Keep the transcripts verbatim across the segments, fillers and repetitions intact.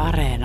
Areena.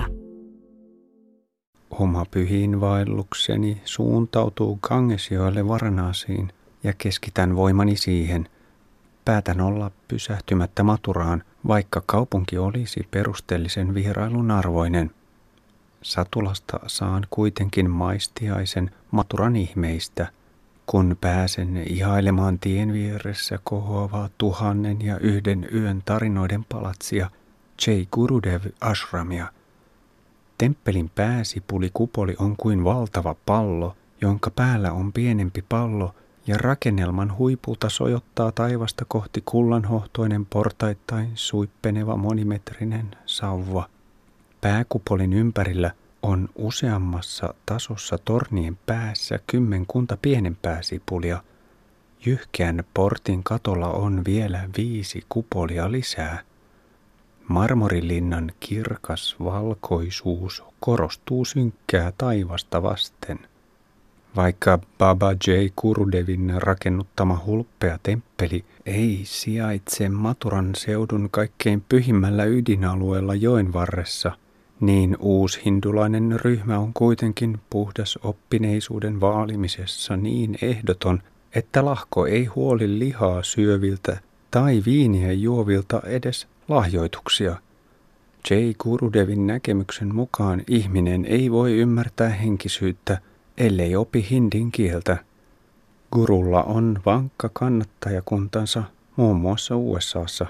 Oma pyhiinvaellukseni suuntautuu Gangesjoelle Varanasiin ja keskitän voimani siihen. Päätän olla pysähtymättä Mathuraan, vaikka kaupunki olisi perusteellisen vierailun arvoinen. Satulasta saan kuitenkin maistiaisen Mathuran ihmeistä, kun pääsen ihailemaan tien vieressä kohoavaa tuhannen ja yhden yön tarinoiden palatsia Jai Gurudev Ashramia. Temppelin pääsipuli kupoli on kuin valtava pallo, jonka päällä on pienempi pallo, ja rakennelman huipulta sojottaa taivasta kohti kullanhohtoinen portaittain suippeneva monimetrinen sauva. Pääkupolin ympärillä on useammassa tasossa tornien päässä kymmenkunta pienempää sipulia. Jyhkeän portin katolla on vielä viisi kupolia lisää. Marmorilinnan kirkas valkoisuus korostuu synkkää taivasta vasten. Vaikka Baba Jai Gurudevin rakennuttama hulppea temppeli ei sijaitse Mathuran seudun kaikkein pyhimmällä ydinalueella joen varressa, niin uushindulainen ryhmä on kuitenkin puhdas oppineisuuden vaalimisessa niin ehdoton, että lahko ei huoli lihaa syöviltä tai viiniä juovilta edes lahjoituksia. Jai Gurudevin näkemyksen mukaan ihminen ei voi ymmärtää henkisyyttä, ellei opi hindin kieltä. Gurulla on vankka kannattajakuntansa muun muassa U S A:ssa.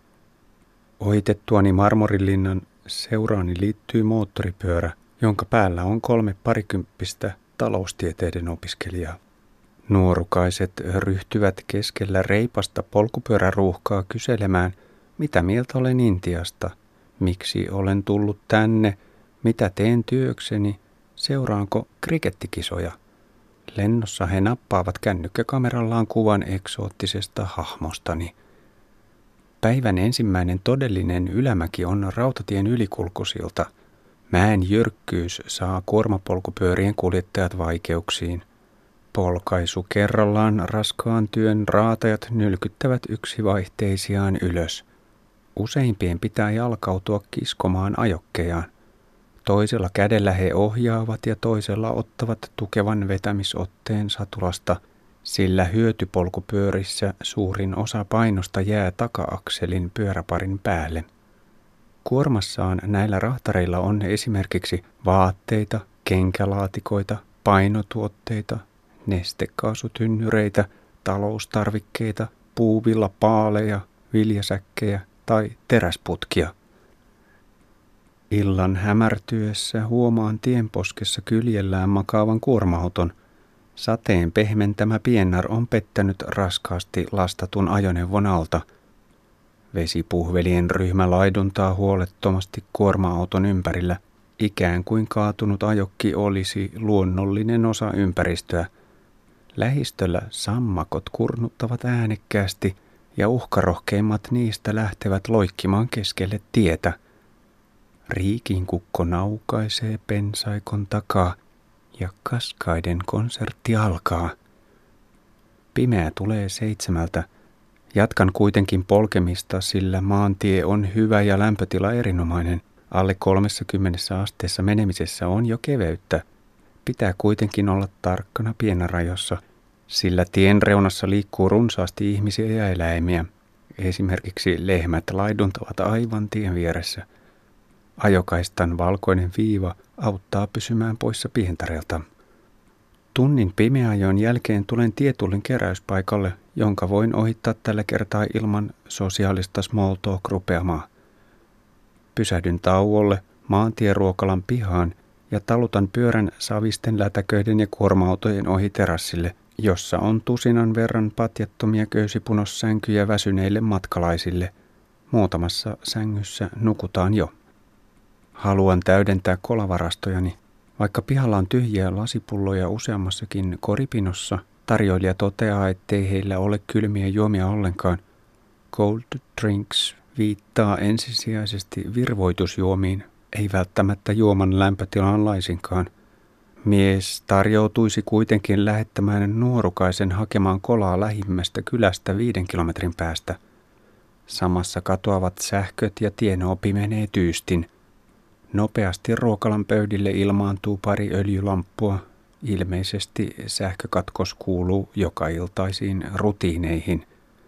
Ohitettuani Marmorilinnan seuraani liittyy moottoripyörä, jonka päällä on kolme parikymppistä taloustieteiden opiskelijaa. Nuorukaiset ryhtyvät keskellä reipasta polkupyöräruuhkaa kyselemään, mitä mieltä olen Intiasta, miksi olen tullut tänne, mitä teen työkseni, seuraanko krikettikisoja. Lennossa he nappaavat kännykkäkamerallaan kuvan eksoottisesta hahmostani. Päivän ensimmäinen todellinen ylämäki on rautatien ylikulkusilta. Mäen jyrkkyys saa kuormapolkupyörien kuljettajat vaikeuksiin. Polkaisu kerrallaan raskaan työn raatajat nylkyttävät yksivaihteisiaan ylös. Useimpien pitää jalkautua kiskomaan ajokkejaan. Toisella kädellä he ohjaavat ja toisella ottavat tukevan vetämisotteen satulasta, sillä hyötypolkupyörissä suurin osa painosta jää taka-akselin pyöräparin päälle. Kuormassaan näillä rahtareilla on esimerkiksi vaatteita, kenkälaatikoita, painotuotteita, nestekaasutynnyreitä, taloustarvikkeita, puuvillapaaleja, viljasäkkejä tai teräsputkia. Illan hämärtyessä huomaan tienposkessa kyljellään makaavan kuorma-auton. Sateen pehmentämä piennar on pettänyt raskaasti lastatun ajoneuvon alta. Vesipuhvelien ryhmä laiduntaa huolettomasti kuorma-auton ympärillä, ikään kuin kaatunut ajokki olisi luonnollinen osa ympäristöä. Lähistöllä sammakot kurnuttavat äänekkäästi ja uhkarohkeimmat niistä lähtevät loikkimaan keskelle tietä. Riikinkukko naukaisee pensaikon takaa ja Kaskaiden konsertti alkaa. Pimeä tulee seitsemältä. Jatkan kuitenkin polkemista, sillä maantie on hyvä ja lämpötila erinomainen. Alle kolmessakymmenessä asteessa menemisessä on jo keveyttä. Pitää kuitenkin olla tarkkana pienarajossa, sillä tien reunassa liikkuu runsaasti ihmisiä ja eläimiä. Esimerkiksi lehmät laiduntavat aivan tien vieressä. Ajokaistan valkoinen viiva auttaa pysymään poissa pientareelta. Tunnin pimeäajon jälkeen tulen tietullin keräyspaikalle, jonka voin ohittaa tällä kertaa ilman sosiaalista small talk-rupeamaa. Pysähdyn tauolle maantieruokalan pihaan ja talutan pyörän savisten lätäköiden ja kuorma-autojen ohi terassille, jossa on tusinan verran patjattomia köysipunossänkyjä väsyneille matkalaisille. Muutamassa sängyssä nukutaan jo. Haluan täydentää kolavarastojani. Vaikka pihalla on tyhjiä lasipulloja useammassakin koripinossa, tarjoilija toteaa, ettei heillä ole kylmiä juomia ollenkaan. Cold drinks viittaa ensisijaisesti virvoitusjuomiin, ei välttämättä juoman lämpötilaan laisinkaan. Mies tarjoutuisi kuitenkin lähettämään nuorukaisen hakemaan kolaa lähimmästä kylästä viiden kilometrin päästä. Samassa katoavat sähköt ja tienoopi menee tyystin. Nopeasti ruokalan pöydille ilmaantuu pari öljylamppua. Ilmeisesti sähkökatkos kuuluu joka iltaisiin rutiineihin.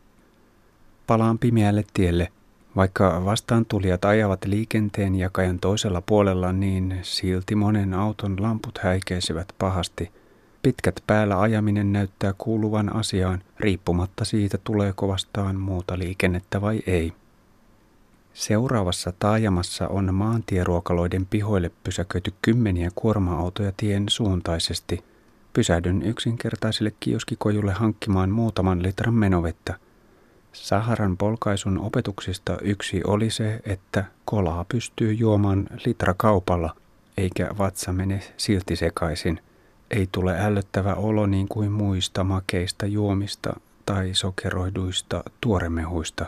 Palaan pimeälle tielle. Vaikka vastaantulijat ajavat liikenteen jakajan toisella puolella, niin silti monen auton lamput häikeisevät pahasti. Pitkät päällä ajaminen näyttää kuuluvan asiaan, riippumatta siitä tuleeko vastaan muuta liikennettä vai ei. Seuraavassa taajamassa on maantieruokaloiden pihoille pysäköity kymmeniä kuorma-autoja tien suuntaisesti. Pysähdyn yksinkertaiselle kioskikojulle hankkimaan muutaman litran menovettä. Saharan polkaisun opetuksista yksi oli se, että kolaa pystyy juomaan litrakaupalla, eikä vatsa mene silti sekaisin. Ei tule ällöttävä olo niin kuin muista makeista juomista tai sokeroiduista tuoremehuista.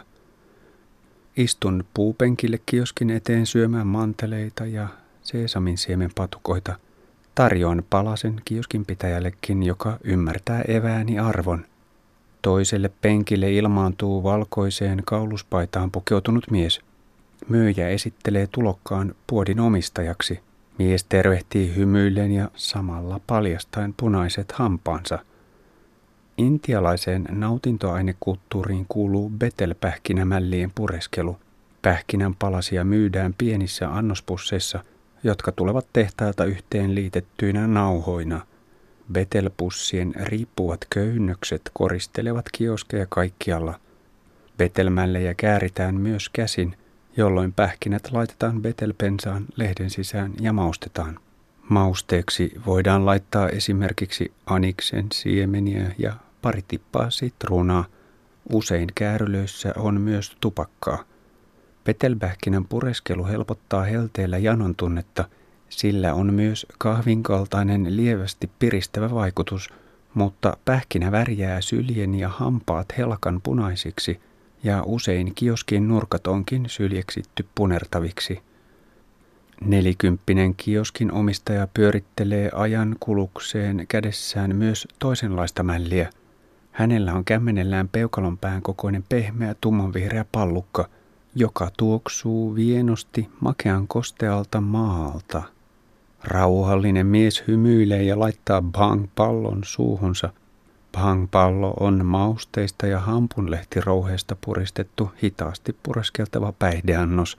Istun puupenkille kioskin eteen syömään manteleita ja seesaminsiemen patukoita. Tarjoan palasen kioskinpitäjällekin, joka ymmärtää evääni arvon. Toiselle penkille ilmaantuu valkoiseen kauluspaitaan pukeutunut mies. Myyjä esittelee tulokkaan puodin omistajaksi. Mies tervehtii hymyillen ja samalla paljastaen punaiset hampaansa. Intialaiseen nautintoainekulttuuriin kuuluu betelpähkinämällien pureskelu. Pähkinän palasia myydään pienissä annospusseissa, jotka tulevat tehtailta yhteen liitettyinä nauhoina. Betelpussien riippuvat köynnökset koristelevat kioskeja kaikkialla. Betelmällejä kääritään myös käsin, jolloin pähkinät laitetaan betelpensaan lehden sisään ja maustetaan. Mausteeksi voidaan laittaa esimerkiksi aniksen siemeniä ja pari tippaa sitruunaa. Usein käärylöissä on myös tupakkaa. Betelpähkinän pureskelu helpottaa helteellä janon tunnetta. Sillä on myös kahvinkaltainen lievästi piristävä vaikutus, mutta pähkinä värjää syljen ja hampaat helkan punaisiksi ja usein kioskin nurkat onkin syljeksitty punertaviksi. Nelikymppinen kioskin omistaja pyörittelee ajan kulukseen kädessään myös toisenlaista mälliä. Hänellä on kämmenellään peukalonpään kokoinen pehmeä tummanvihreä pallukka, joka tuoksuu vienosti makean kostealta maalta. Rauhallinen mies hymyilee ja laittaa bhang-pallon suuhunsa. Bhang-pallo on mausteista ja hampunlehtirouheesta puristettu hitaasti pureskeltava päihdeannos.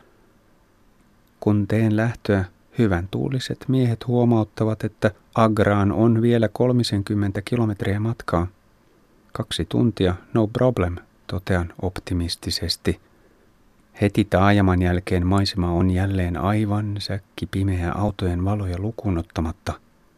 Kun teen lähtöä, hyvän tuuliset miehet huomauttavat, että Agraan on vielä kolmekymmentä kilometriä matkaa. Kaksi tuntia, no problem, totean optimistisesti. Heti taajaman jälkeen maisema on jälleen aivan säkkipimeä autojen valoja lukuun ottamatta.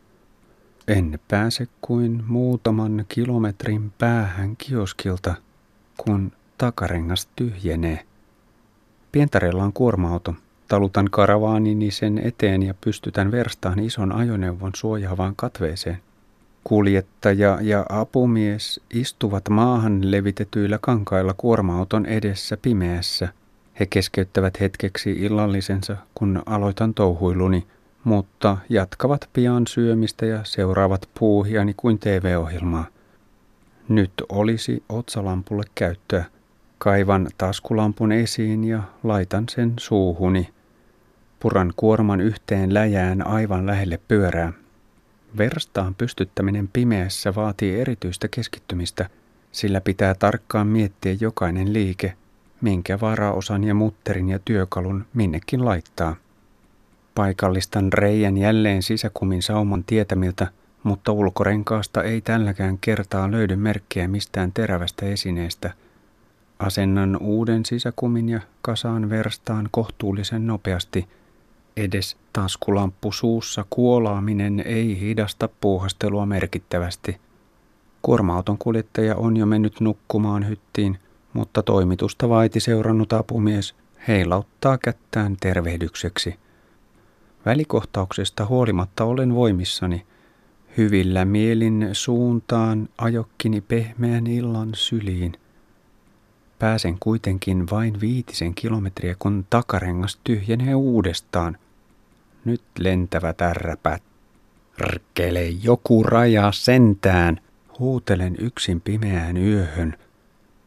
En pääse kuin muutaman kilometrin päähän kioskilta, kun takarengas tyhjenee. Pientarella on kuorma-auto. Talutan karavaanini sen eteen ja pystytän verstaan ison ajoneuvon suojaavaan katveeseen. Kuljettaja ja apumies istuvat maahan levitetyillä kankailla kuorma-auton edessä pimeässä. He keskeyttävät hetkeksi illallisensa, kun aloitan touhuiluni, mutta jatkavat pian syömistä ja seuraavat puuhiani kuin T V-ohjelmaa. Nyt olisi otsalampulle käyttöä. Kaivan taskulampun esiin ja laitan sen suuhuni. Puran kuorman yhteen läjään aivan lähelle pyörää. Verstaan pystyttäminen pimeässä vaatii erityistä keskittymistä, sillä pitää tarkkaan miettiä jokainen liike, minkä varaosan ja mutterin ja työkalun minnekin laittaa. Paikallistan reijän jälleen sisäkumin sauman tietämiltä, mutta ulkorenkaasta ei tälläkään kertaa löydy merkkejä mistään terävästä esineestä. Asennan uuden sisäkumin ja kasaan verstaan kohtuullisen nopeasti. Edes taskulamppu suussa kuolaaminen ei hidasta puuhastelua merkittävästi. Kuorma-auton kuljettaja on jo mennyt nukkumaan hyttiin, mutta toimitusta vaiti seurannut apumies heilauttaa kättään tervehdykseksi. Välikohtauksesta huolimatta olen voimissani. Hyvillä mielin suuntaan ajokkini pehmeän illan syliin. Pääsen kuitenkin vain viitisen kilometriä, kun takarengas tyhjenee uudestaan. Nyt lentävät ärräpät. Rkkele, joku raja sentään. Huutelen yksin pimeään yöhön.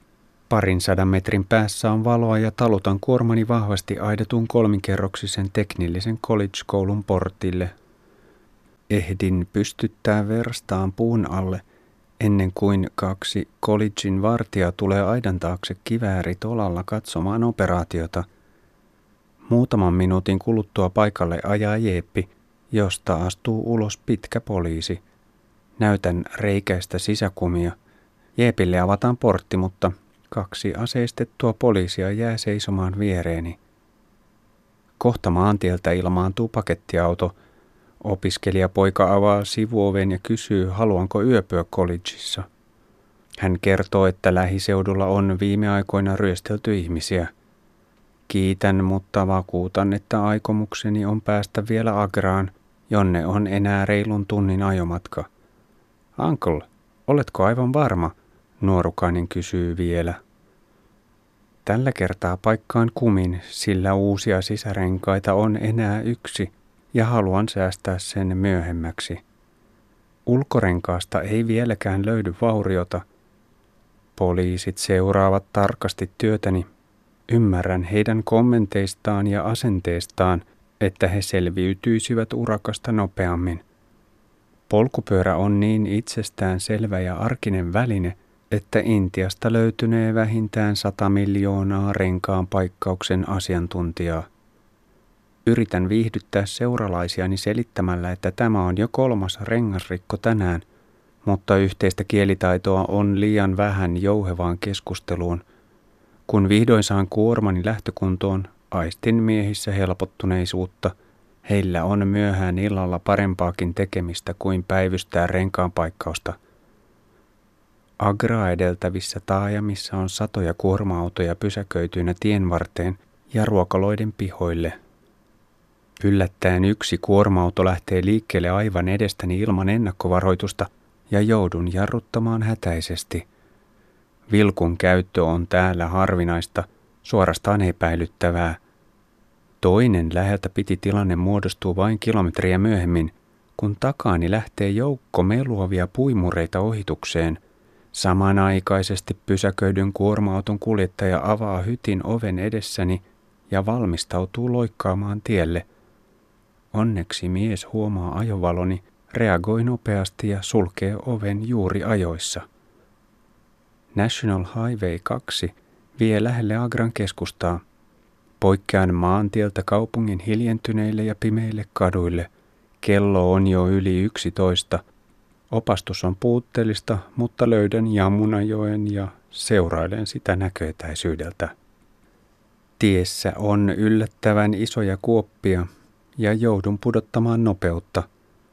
Parin sadan metrin päässä on valoa ja talutan kuormani vahvasti aidatun kolminkerroksisen teknillisen college-koulun portille. Ehdin pystyttää verstaan puun alle, ennen kuin kaksi collegein vartijaa tulee aidan taakse kivääri tolalla katsomaan operaatiota. Muutaman minuutin kuluttua paikalle ajaa jeeppi, josta astuu ulos pitkä poliisi. Näytän reikäistä sisäkumia. Jeepille avataan portti, mutta kaksi aseistettua poliisia jää seisomaan viereeni. Kohta maantieltä ilmaantuu pakettiauto. Opiskelijapoika avaa sivuoven ja kysyy, haluanko yöpyä collegeissa. Hän kertoo, että lähiseudulla on viime aikoina ryöstelty ihmisiä. Kiitän, mutta vakuutan, että aikomukseni on päästä vielä Agraan, jonne on enää reilun tunnin ajomatka. Uncle, oletko aivan varma? Nuorukainen kysyy vielä. Tällä kertaa paikkaan kumin, sillä uusia sisärenkaita on enää yksi ja haluan säästää sen myöhemmäksi. Ulkorenkaasta ei vieläkään löydy vauriota. Poliisit seuraavat tarkasti työtäni. Ymmärrän heidän kommenteistaan ja asenteestaan, että he selviytyisivät urakasta nopeammin. Polkupyörä on niin itsestään selvä ja arkinen väline, että Intiasta löytynee vähintään sata miljoonaa renkaan paikkauksen asiantuntijaa. Yritän viihdyttää seuralaisiani selittämällä, että tämä on jo kolmas rengasrikko tänään, mutta yhteistä kielitaitoa on liian vähän jouhevaan keskusteluun. Kun vihdoin saan kuormani lähtökuntoon, aistin miehissä helpottuneisuutta. Heillä on myöhään illalla parempaakin tekemistä kuin päivystää renkaan paikkausta. Agraa edeltävissä taajamissa on satoja kuorma-autoja pysäköityinä tienvarteen ja ruokaloiden pihoille. Yllättäen yksi kuorma-auto lähtee liikkeelle aivan edestäni ilman ennakkovaroitusta ja joudun jarruttamaan hätäisesti. Vilkun käyttö on täällä harvinaista, suorastaan epäilyttävää. Toinen läheltä piti tilanne muodostuu vain kilometriä myöhemmin, kun takaani lähtee joukko meluavia puimureita ohitukseen. Samanaikaisesti pysäköidyn kuorma-auton kuljettaja avaa hytin oven edessäni ja valmistautuu loikkaamaan tielle. Onneksi mies huomaa ajovaloni, reagoi nopeasti ja sulkee oven juuri ajoissa. National Highway kaksi vie lähelle Agran keskustaa. Poikkean maantieltä kaupungin hiljentyneille ja pimeille kaduille. Kello on jo yli yksitoista. Opastus on puutteellista, mutta löydän Jamunajoen ja seurailen sitä näköetäisyydeltä. Tiessä on yllättävän isoja kuoppia ja joudun pudottamaan nopeutta.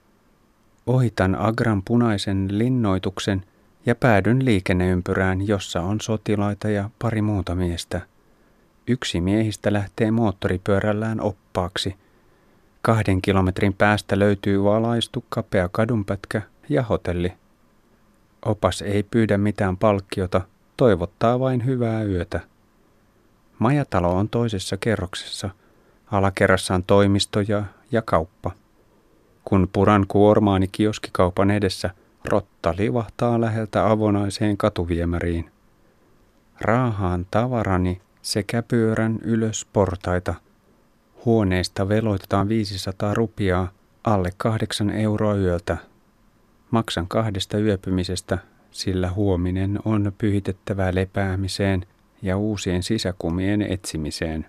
Ohitan Agran punaisen linnoituksen ja päädyn liikenneympyrään, jossa on sotilaita ja pari muuta miestä. Yksi miehistä lähtee moottoripyörällään oppaaksi. Kahden kilometrin päästä löytyy valaistu kapea kadunpätkä ja hotelli. Opas ei pyydä mitään palkkiota, toivottaa vain hyvää yötä. Majatalo on toisessa kerroksessa. Alakerrassa on toimistoja ja kauppa. Kun puran kuormaani kioskikaupan edessä, rotta livahtaa läheltä avonaiseen katuviemäriin. Raahaan tavarani sekä pyörän ylös portaita. Huoneesta veloitetaan viisisataa rupiaa, alle kahdeksan euroa yöltä. Maksan kahdesta yöpymisestä, sillä huominen on pyhitettävää lepäämiseen ja uusien sisäkumien etsimiseen.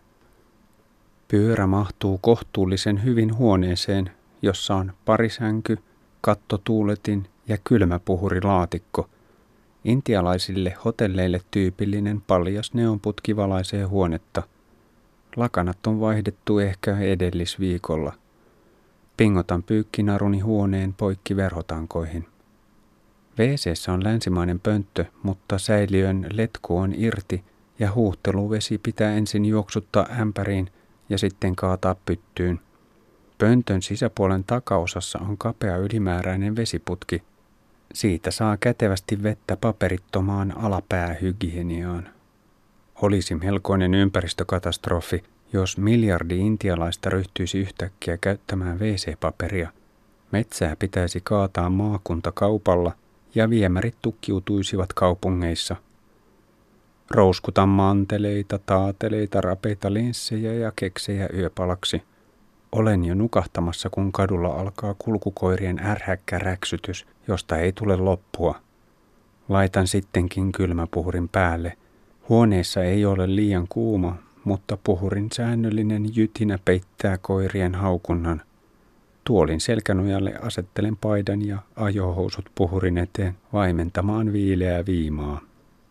Pyörä mahtuu kohtuullisen hyvin huoneeseen, jossa on parisänky, kattotuuletin ja kylmäpuhurilaatikko. Intialaisille hotelleille tyypillinen paljas neonputki valaisee huonetta. Lakanat on vaihdettu ehkä edellisviikolla. Pingotan pyykkinaruni huoneen poikki verhotankoihin. WC:ssä on länsimainen pönttö, mutta säiliön letku on irti ja huuhteluvesi pitää ensin juoksuttaa ämpäriin ja sitten kaataa pyttyyn. Pöntön sisäpuolen takaosassa on kapea ylimääräinen vesiputki. Siitä saa kätevästi vettä paperittomaan alapäähygieniaan. Olisi melkoinen ympäristökatastrofi, jos miljardi intialaista ryhtyisi yhtäkkiä käyttämään wc-paperia. Metsää pitäisi kaataa maakuntakaupalla ja viemärit tukkiutuisivat kaupungeissa. Rouskutan manteleita, taateleita, rapeita linssejä ja keksejä yöpalaksi. Olen jo nukahtamassa, kun kadulla alkaa kulkukoirien ärhäkkä räksytys, josta ei tule loppua. Laitan sittenkin kylmäpuhurin päälle. Huoneessa ei ole liian kuuma, mutta puhurin säännöllinen jytinä peittää koirien haukunnan. Tuolin selkänojalle asettelen paidan ja ajohousut puhurin eteen vaimentamaan viileää viimaa.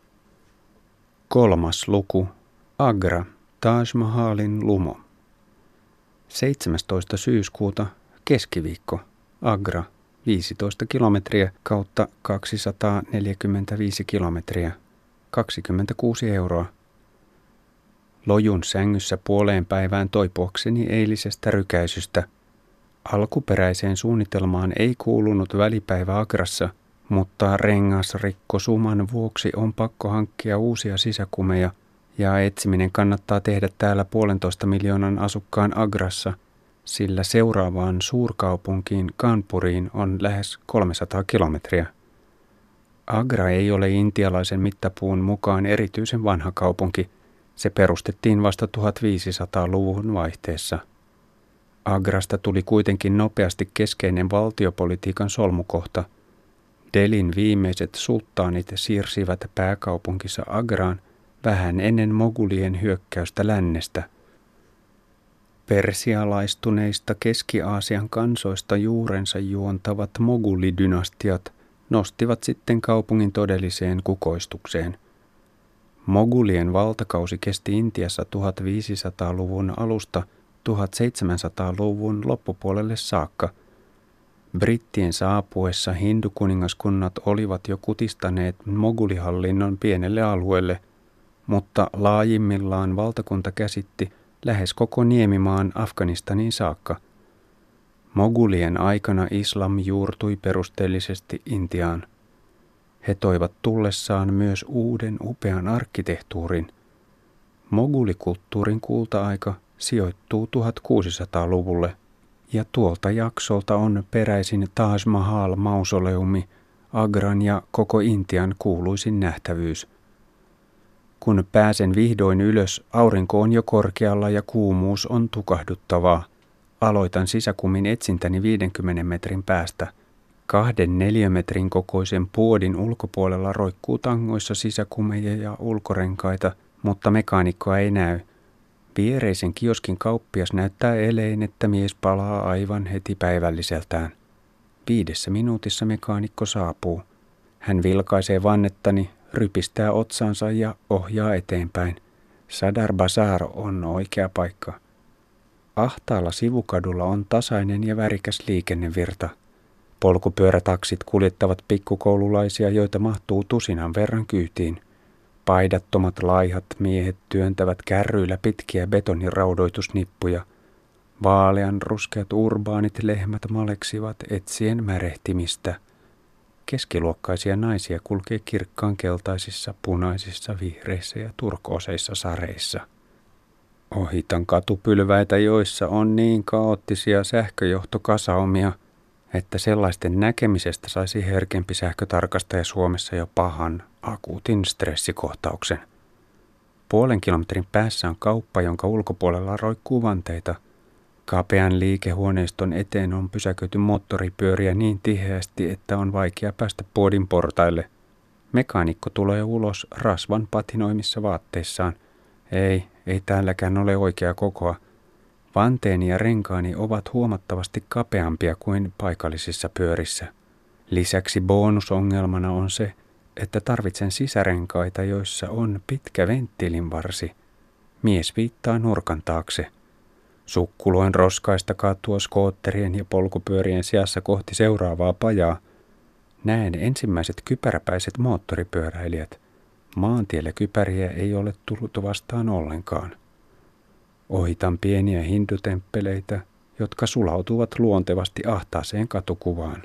Kolmas luku. Agra, Taj Mahalin lumo. seitsemästoista syyskuuta, keskiviikko, Agra, viisitoista kilometriä kautta kaksisataaneljäkymmentäviisi kilometriä, kaksikymmentäkuusi euroa. Lojun sängyssä puoleen päivään toipuakseni eilisestä rykäisystä. Alkuperäiseen suunnitelmaan ei kuulunut välipäivä Agrassa, mutta rengasrikkosuman vuoksi on pakko hankkia uusia sisäkumeja, ja etsiminen kannattaa tehdä täällä puolentoista miljoonan asukkaan Agrassa, sillä seuraavaan suurkaupunkiin Kanpuriin on lähes kolmesataa kilometriä. Agra ei ole intialaisen mittapuun mukaan erityisen vanha kaupunki. Se perustettiin vasta tuhatviisisataaluvun vaihteessa. Agrasta tuli kuitenkin nopeasti keskeinen valtiopolitiikan solmukohta. Delhin viimeiset sulttaanit siirsivät pääkaupunkinsa Agraan vähän ennen mogulien hyökkäystä lännestä. Persialaistuneista Keski-Aasian kansoista juurensa juontavat mogulidynastiat nostivat sitten kaupungin todelliseen kukoistukseen. Mogulien valtakausi kesti Intiassa tuhatviisisataaluvun alusta tuhatseitsemänsataaluvun loppupuolelle saakka. Brittien saapuessa hindukuningaskunnat olivat jo kutistaneet mogulihallinnon pienelle alueelle, mutta laajimmillaan valtakunta käsitti lähes koko niemimaan Afganistaniin saakka. Mogulien aikana islam juurtui perusteellisesti Intiaan. He toivat tullessaan myös uuden upean arkkitehtuurin. Mogulikulttuurin kulta-aika sijoittuu tuhatkuusisataaluvulle, ja tuolta jaksolta on peräisin Taj Mahal-mausoleumi, Agran ja koko Intian kuuluisin nähtävyys. Kun pääsen vihdoin ylös, aurinko on jo korkealla ja kuumuus on tukahduttavaa. Aloitan sisäkumin etsintäni viidenkymmenen metrin päästä. Kahden neliömetrin kokoisen puodin ulkopuolella roikkuu tangoissa sisäkumeja ja ulkorenkaita, mutta mekaanikkoa ei näy. Viereisen kioskin kauppias näyttää elein, että mies palaa aivan heti päivälliseltään. Viidessä minuutissa mekaanikko saapuu. Hän vilkaisee vannettani, rypistää otsansa ja ohjaa eteenpäin. Sadar Bazar on oikea paikka. Ahtaalla sivukadulla on tasainen ja värikäs liikennevirta. Polkupyörätaksit kuljettavat pikkukoululaisia, joita mahtuu tusinan verran kyytiin. Paidattomat laihat miehet työntävät kärryillä pitkiä betoniraudoitusnippuja. Vaalean ruskeat urbaanit lehmät maleksivat etsien märehtimistä. Keskiluokkaisia naisia kulkee kirkkaan keltaisissa, punaisissa, vihreissä ja turkooseissa sareissa. Ohitan katupylväitä, joissa on niin kaoottisia sähköjohtokasaumia, että sellaisten näkemisestä saisi herkempi sähkötarkastaja Suomessa jo pahan, akuutin stressikohtauksen. Puolen kilometrin päässä on kauppa, jonka ulkopuolella roikkuu vanteita. Kapean liikehuoneiston eteen on pysäköity moottoripyöriä niin tiheästi, että on vaikea päästä puodin portaille. Mekaanikko tulee ulos rasvan patinoimissa vaatteissaan. Ei, ei täälläkään ole oikea kokoa. Vanteeni ja renkaani ovat huomattavasti kapeampia kuin paikallisissa pyörissä. Lisäksi bonusongelmana on se, että tarvitsen sisärenkaita, joissa on pitkä venttiilinvarsi. Mies viittaa nurkan taakse. Sukkuloin roskaista katua skootterien ja polkupyörien sijassa kohti seuraavaa pajaa. Näen ensimmäiset kypäräpäiset moottoripyöräilijät. Maantiellä kypäriä ei ole tullut vastaan ollenkaan. Ohitan pieniä hindutemppeleitä, jotka sulautuvat luontevasti ahtaaseen katukuvaan.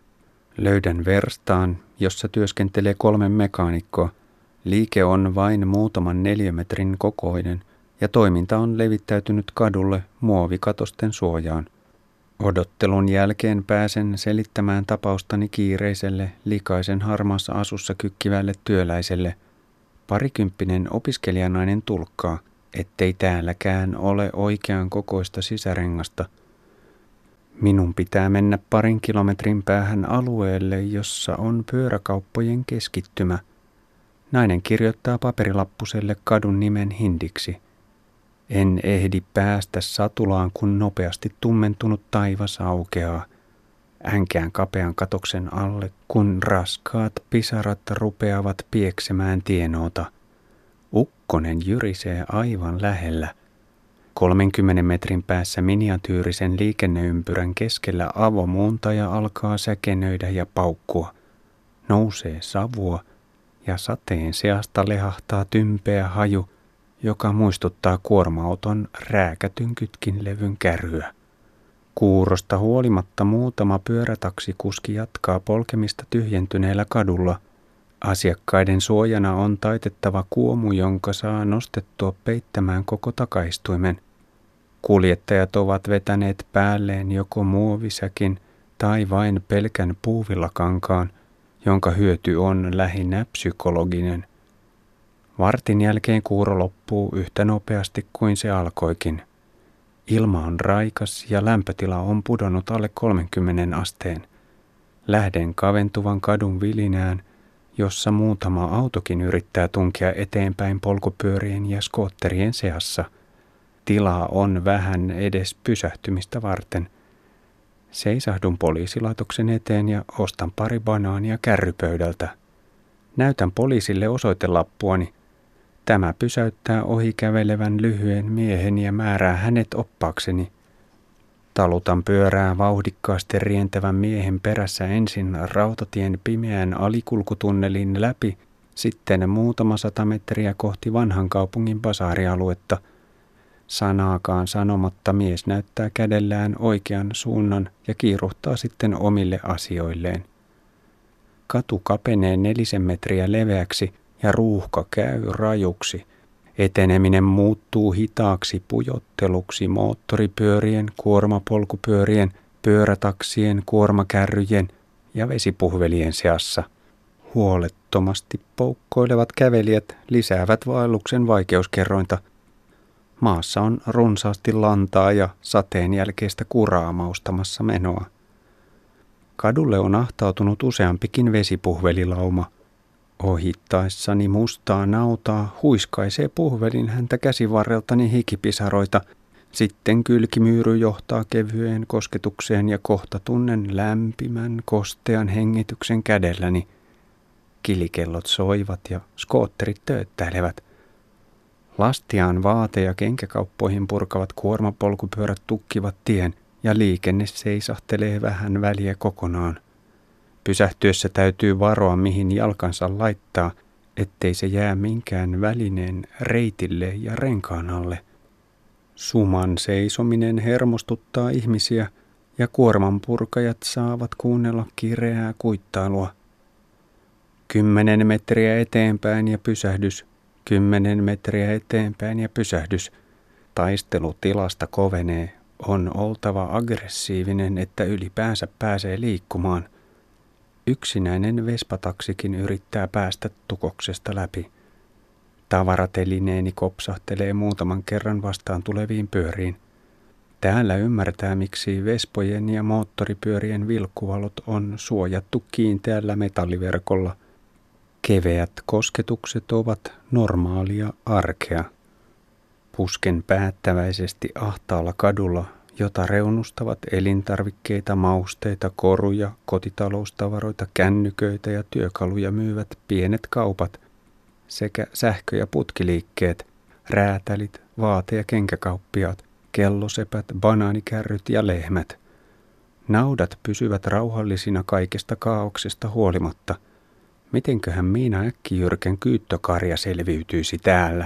Löydän verstaan, jossa työskentelee kolme mekaanikkoa. Liike on vain muutaman neliömetrin kokoinen ja toiminta on levittäytynyt kadulle muovikatosten suojaan. Odottelun jälkeen pääsen selittämään tapaustani kiireiselle, likaisen harmaassa asussa kykkivälle työläiselle. Parikymppinen opiskelijanainen tulkkaa, ettei täälläkään ole oikean kokoista sisärengasta. Minun pitää mennä parin kilometrin päähän alueelle, jossa on pyöräkauppojen keskittymä. Nainen kirjoittaa paperilappuselle kadun nimen hindiksi. En ehdi päästä satulaan, kun nopeasti tummentunut taivas aukeaa. Änkään kapean katoksen alle, kun raskaat pisarat rupeavat pieksemään tienoota. Ukkonen jyrisee aivan lähellä. kolmenkymmenen metrin päässä miniatyyrisen liikenneympyrän keskellä avomuuntaja alkaa säkenöidä ja paukkua. Nousee savua ja sateen seasta lehahtaa tympeä haju, joka muistuttaa kuorma-auton rääkätyn kytkinlevyn käryä. Kuurosta huolimatta muutama pyörätaksikuski jatkaa polkemista tyhjentyneellä kadulla. Asiakkaiden suojana on taitettava kuomu, jonka saa nostettua peittämään koko takaistuimen. Kuljettajat ovat vetäneet päälleen joko muovisäkin tai vain pelkän puuvillakankaan, jonka hyöty on lähinnä psykologinen. Vartin jälkeen kuuro loppuu yhtä nopeasti kuin se alkoikin. Ilma on raikas ja lämpötila on pudonnut alle kolmenkymmenen asteen. Lähden kaventuvan kadun vilinään, jossa muutama autokin yrittää tunkea eteenpäin polkupyörien ja skootterien seassa. Tilaa on vähän edes pysähtymistä varten. Seisahdun poliisilaitoksen eteen ja ostan pari banaania kärrypöydältä. Näytän poliisille osoitelappuani. Tämä pysäyttää ohikävelevän lyhyen miehen ja määrää hänet oppaakseni. Talutan pyörää vauhdikkaasti rientävän miehen perässä ensin rautatien pimeän alikulkutunnelin läpi, sitten muutama sata metriä kohti vanhan kaupungin basaarialuetta. Sanaakaan sanomatta mies näyttää kädellään oikean suunnan ja kiiruhtaa sitten omille asioilleen. Katu kapenee nelisen metriä leveäksi ja ruuhka käy rajuksi. Eteneminen muuttuu hitaaksi pujotteluksi moottoripyörien, kuormapolkupyörien, pyörätaksien, kuormakärryjen ja vesipuhvelien seassa. Huolettomasti poukkoilevat kävelijät lisäävät vaelluksen vaikeuskerrointa. Maassa on runsaasti lantaa ja sateen jälkeistä kuraa maustamassa menoa. Kadulle on ahtautunut useampikin vesipuhvelilauma. Ohittaessani mustaa nautaa huiskaisee puhvelin häntä käsivarreltani hikipisaroita. Sitten kylkimyyry johtaa kevyeen kosketukseen ja kohta tunnen lämpimän, kostean hengityksen kädelläni. Kilikellot soivat ja skootterit tööttäilevät. Lastiaan vaate- ja kenkäkauppoihin purkavat kuormapolkupyörät tukkivat tien ja liikenne seisahtelee vähän väliä kokonaan. Pysähtyessä täytyy varoa, mihin jalkansa laittaa, ettei se jää minkään välineen reitille ja renkaan alle. Suman seisominen hermostuttaa ihmisiä ja kuormanpurkajat saavat kuunnella kireää kuittailua. Kymmenen metriä eteenpäin ja pysähdys, kymmenen metriä eteenpäin ja pysähdys. Taistelutilasta kovenee, on oltava aggressiivinen, että ylipäänsä pääsee liikkumaan. Yksinäinen vespataksikin yrittää päästä tukoksesta läpi. Tavaratelineeni kopsahtelee muutaman kerran vastaan tuleviin pyöriin. Täällä ymmärtää, miksi vespojen ja moottoripyörien vilkkuvalot on suojattu kiinteällä metalliverkolla. Keveät kosketukset ovat normaalia arkea. Pusken päättäväisesti ahtaalla kadulla, jota reunustavat elintarvikkeita, mausteita, koruja, kotitaloustavaroita, kännyköitä ja työkaluja myyvät pienet kaupat sekä sähkö- ja putkiliikkeet, räätälit, vaate- ja kenkäkauppiaat, kellosepät, banaanikärryt ja lehmät. Naudat pysyvät rauhallisina kaikesta kaauksesta huolimatta. Mitenköhän Miina äkkijyrkän kyyttökarja selviytyisi täällä?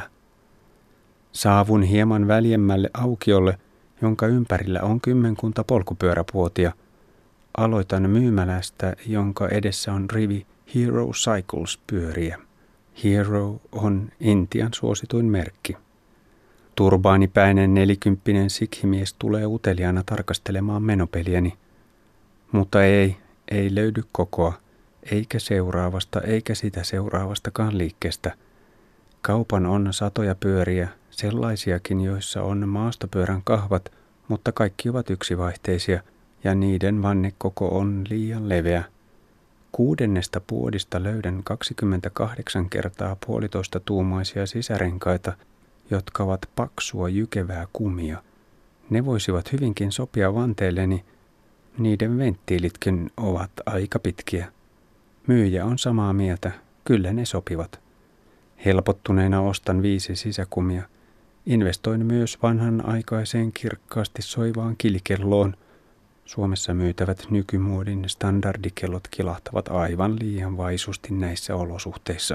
Saavun hieman väljemmälle aukiolle, jonka ympärillä on kymmenkunta polkupyöräpuotia. Aloitan myymälästä, jonka edessä on rivi Hero Cycles-pyöriä. Hero on Intian suosituin merkki. Turbaanipäinen nelikymppinen sikhimies tulee uteliaana tarkastelemaan menopeliäni. Mutta ei, ei löydy kokoa, eikä seuraavasta eikä sitä seuraavastakaan liikkeestä. Kaupan on satoja pyöriä, sellaisiakin, joissa on maastopyörän kahvat, mutta kaikki ovat yksivaihteisia ja niiden vannekoko on liian leveä. Kuudennesta puodista löydän kaksikymmentäkahdeksan kertaa puolitoista tuumaisia sisärenkaita, jotka ovat paksua jykevää kumia. Ne voisivat hyvinkin sopia vanteelleni. Niiden venttiilitkin ovat aika pitkiä. Myyjä on samaa mieltä. Kyllä ne sopivat. Helpottuneena ostan viisi sisäkumia. Investoin myös vanhan aikaiseen kirkkaasti soivaan kilikelloon. Suomessa myytävät nykymuodin standardikellot kilahtavat aivan liian vaisusti näissä olosuhteissa.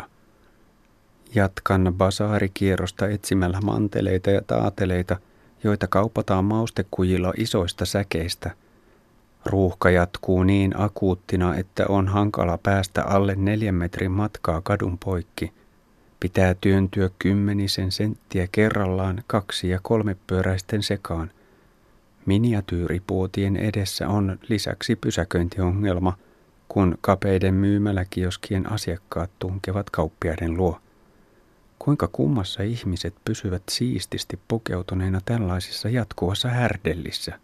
Jatkan basaarikierrosta etsimällä manteleita ja taateleita, joita kaupataan maustekujilla isoista säkeistä. Ruuhka jatkuu niin akuuttina, että on hankala päästä alle neljän metrin matkaa kadun poikki. Pitää työntyä kymmenisen senttiä kerrallaan kaksi- ja kolmepyöräisten sekaan. Miniatyyripuotien edessä on lisäksi pysäköintiongelma, kun kapeiden myymäläkioskien asiakkaat tunkevat kauppiaiden luo. Kuinka kummassa ihmiset pysyvät siististi pukeutuneina tällaisissa jatkuvassa härdellissä?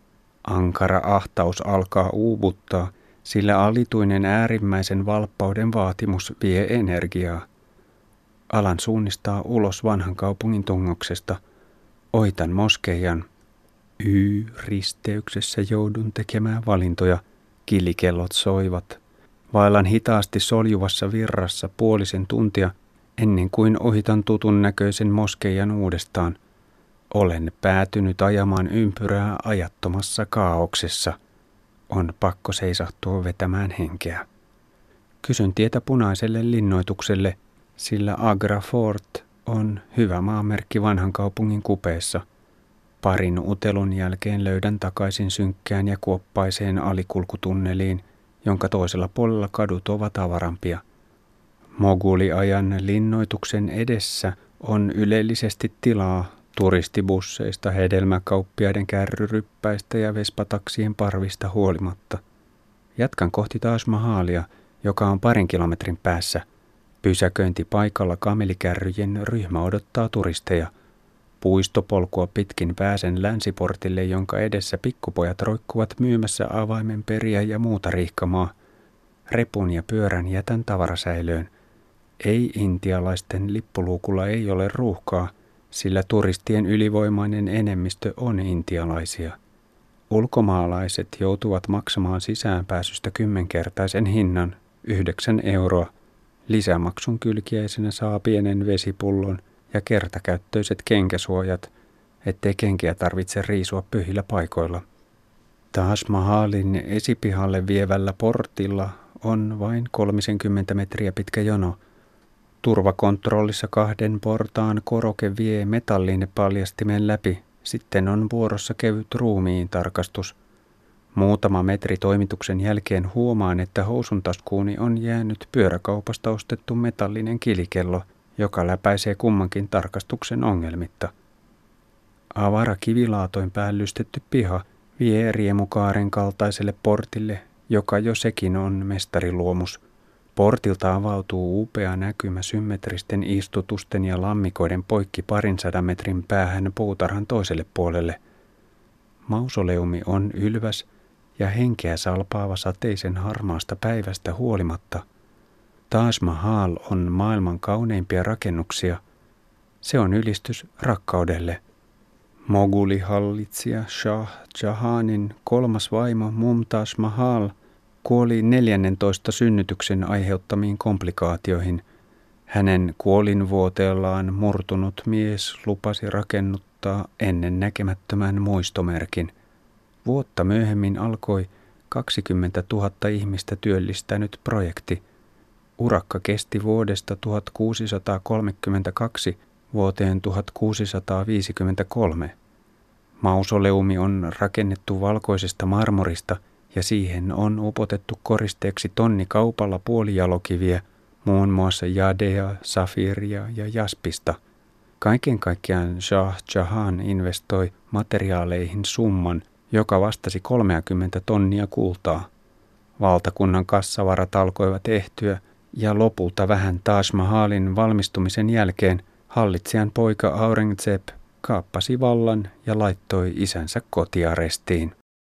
Ankara ahtaus alkaa uuvuttaa, sillä alituinen äärimmäisen valppauden vaatimus vie energiaa. Alan suunnistaa ulos vanhan kaupungin tungoksesta. Oitan moskeijan. Y-risteyksessä joudun tekemään valintoja. Kilikellot soivat. Vaellan hitaasti soljuvassa virrassa puolisen tuntia ennen kuin ohitan tutun näköisen moskeijan uudestaan. Olen päätynyt ajamaan ympyrää ajattomassa kaauksessa. On pakko seisahtua vetämään henkeä. Kysyn tietä punaiselle linnoitukselle, sillä Agra Fort on hyvä maamerkki vanhan kaupungin kupeessa. Parin utelun jälkeen löydän takaisin synkkään ja kuoppaiseen alikulkutunneliin, jonka toisella puolella kadut ovat avarampia. Moguliajan linnoituksen edessä on ylellisesti tilaa turistibusseista, hedelmäkauppiaiden kärryryppäistä ja vespataksien parvista huolimatta. Jatkan kohti Taj Mahalia, joka on parin kilometrin päässä. Pysäköintipaikalla kamelikärryjen ryhmä odottaa turisteja. Puistopolkua pitkin pääsen länsiportille, jonka edessä pikkupojat roikkuvat myymässä avaimen periä ja muuta riihkamaa. Repun ja pyörän jätän tavarasäilöön. Ei-intialaisten lippuluukulla ei ole ruuhkaa, sillä turistien ylivoimainen enemmistö on intialaisia. Ulkomaalaiset joutuvat maksamaan sisäänpääsystä kymmenkertaisen hinnan, yhdeksän euroa. Lisämaksun kylkiäisenä saa pienen vesipullon ja kertakäyttöiset kenkäsuojat, ettei kenkiä tarvitse riisua pyhillä paikoilla. Taj Mahalin esipihalle vievällä portilla on vain kolmekymmentä metriä pitkä jono. Turvakontrollissa kahden portaan koroke vie metallin paljastimen läpi. Sitten on vuorossa kevyt ruumiin tarkastus. Muutama metri toimituksen jälkeen huomaan, että housuntaskuuni on jäänyt pyöräkaupasta ostettu metallinen kilikello, joka läpäisee kummankin tarkastuksen ongelmitta. Avara kivilaatoin päällystetty piha vie riemukaaren kaltaiselle portille, joka jo sekin on mestariluomus. Portilta avautuu upea näkymä symmetristen istutusten ja lammikoiden poikki parin sadan metrin päähän puutarhan toiselle puolelle. Mausoleumi on ylväs ja henkeä salpaava sateisen harmaasta päivästä huolimatta. Taj Mahal on maailman kauneimpia rakennuksia. Se on ylistys rakkaudelle. Mogulihallitsija Shah Jahanin kolmas vaimo Mumtaz Mahal kuoli neljännentoista synnytyksen aiheuttamiin komplikaatioihin. Hänen kuolinvuoteellaan murtunut mies lupasi rakennuttaa ennen näkemättömän muistomerkin. Vuotta myöhemmin alkoi kaksikymmentätuhatta ihmistä työllistänyt projekti. Urakka kesti vuodesta tuhatkuusisataakolmekymmentäkaksi vuoteen tuhatkuusisataaviisikymmentäkolme. Mausoleumi on rakennettu valkoisesta marmorista ja siihen on upotettu koristeeksi tonni kaupalla puolijalokiviä, muun muassa jadea, safiria ja jaspista. Kaiken kaikkiaan Shah Jahan investoi materiaaleihin summan, joka vastasi kolmekymmentä tonnia kultaa. Valtakunnan kassavarat alkoivat ehtyä ja lopulta vähän Taj Mahalin valmistumisen jälkeen hallitsijan poika Aurangzeb kaappasi vallan ja laittoi isänsä kotiarestiin.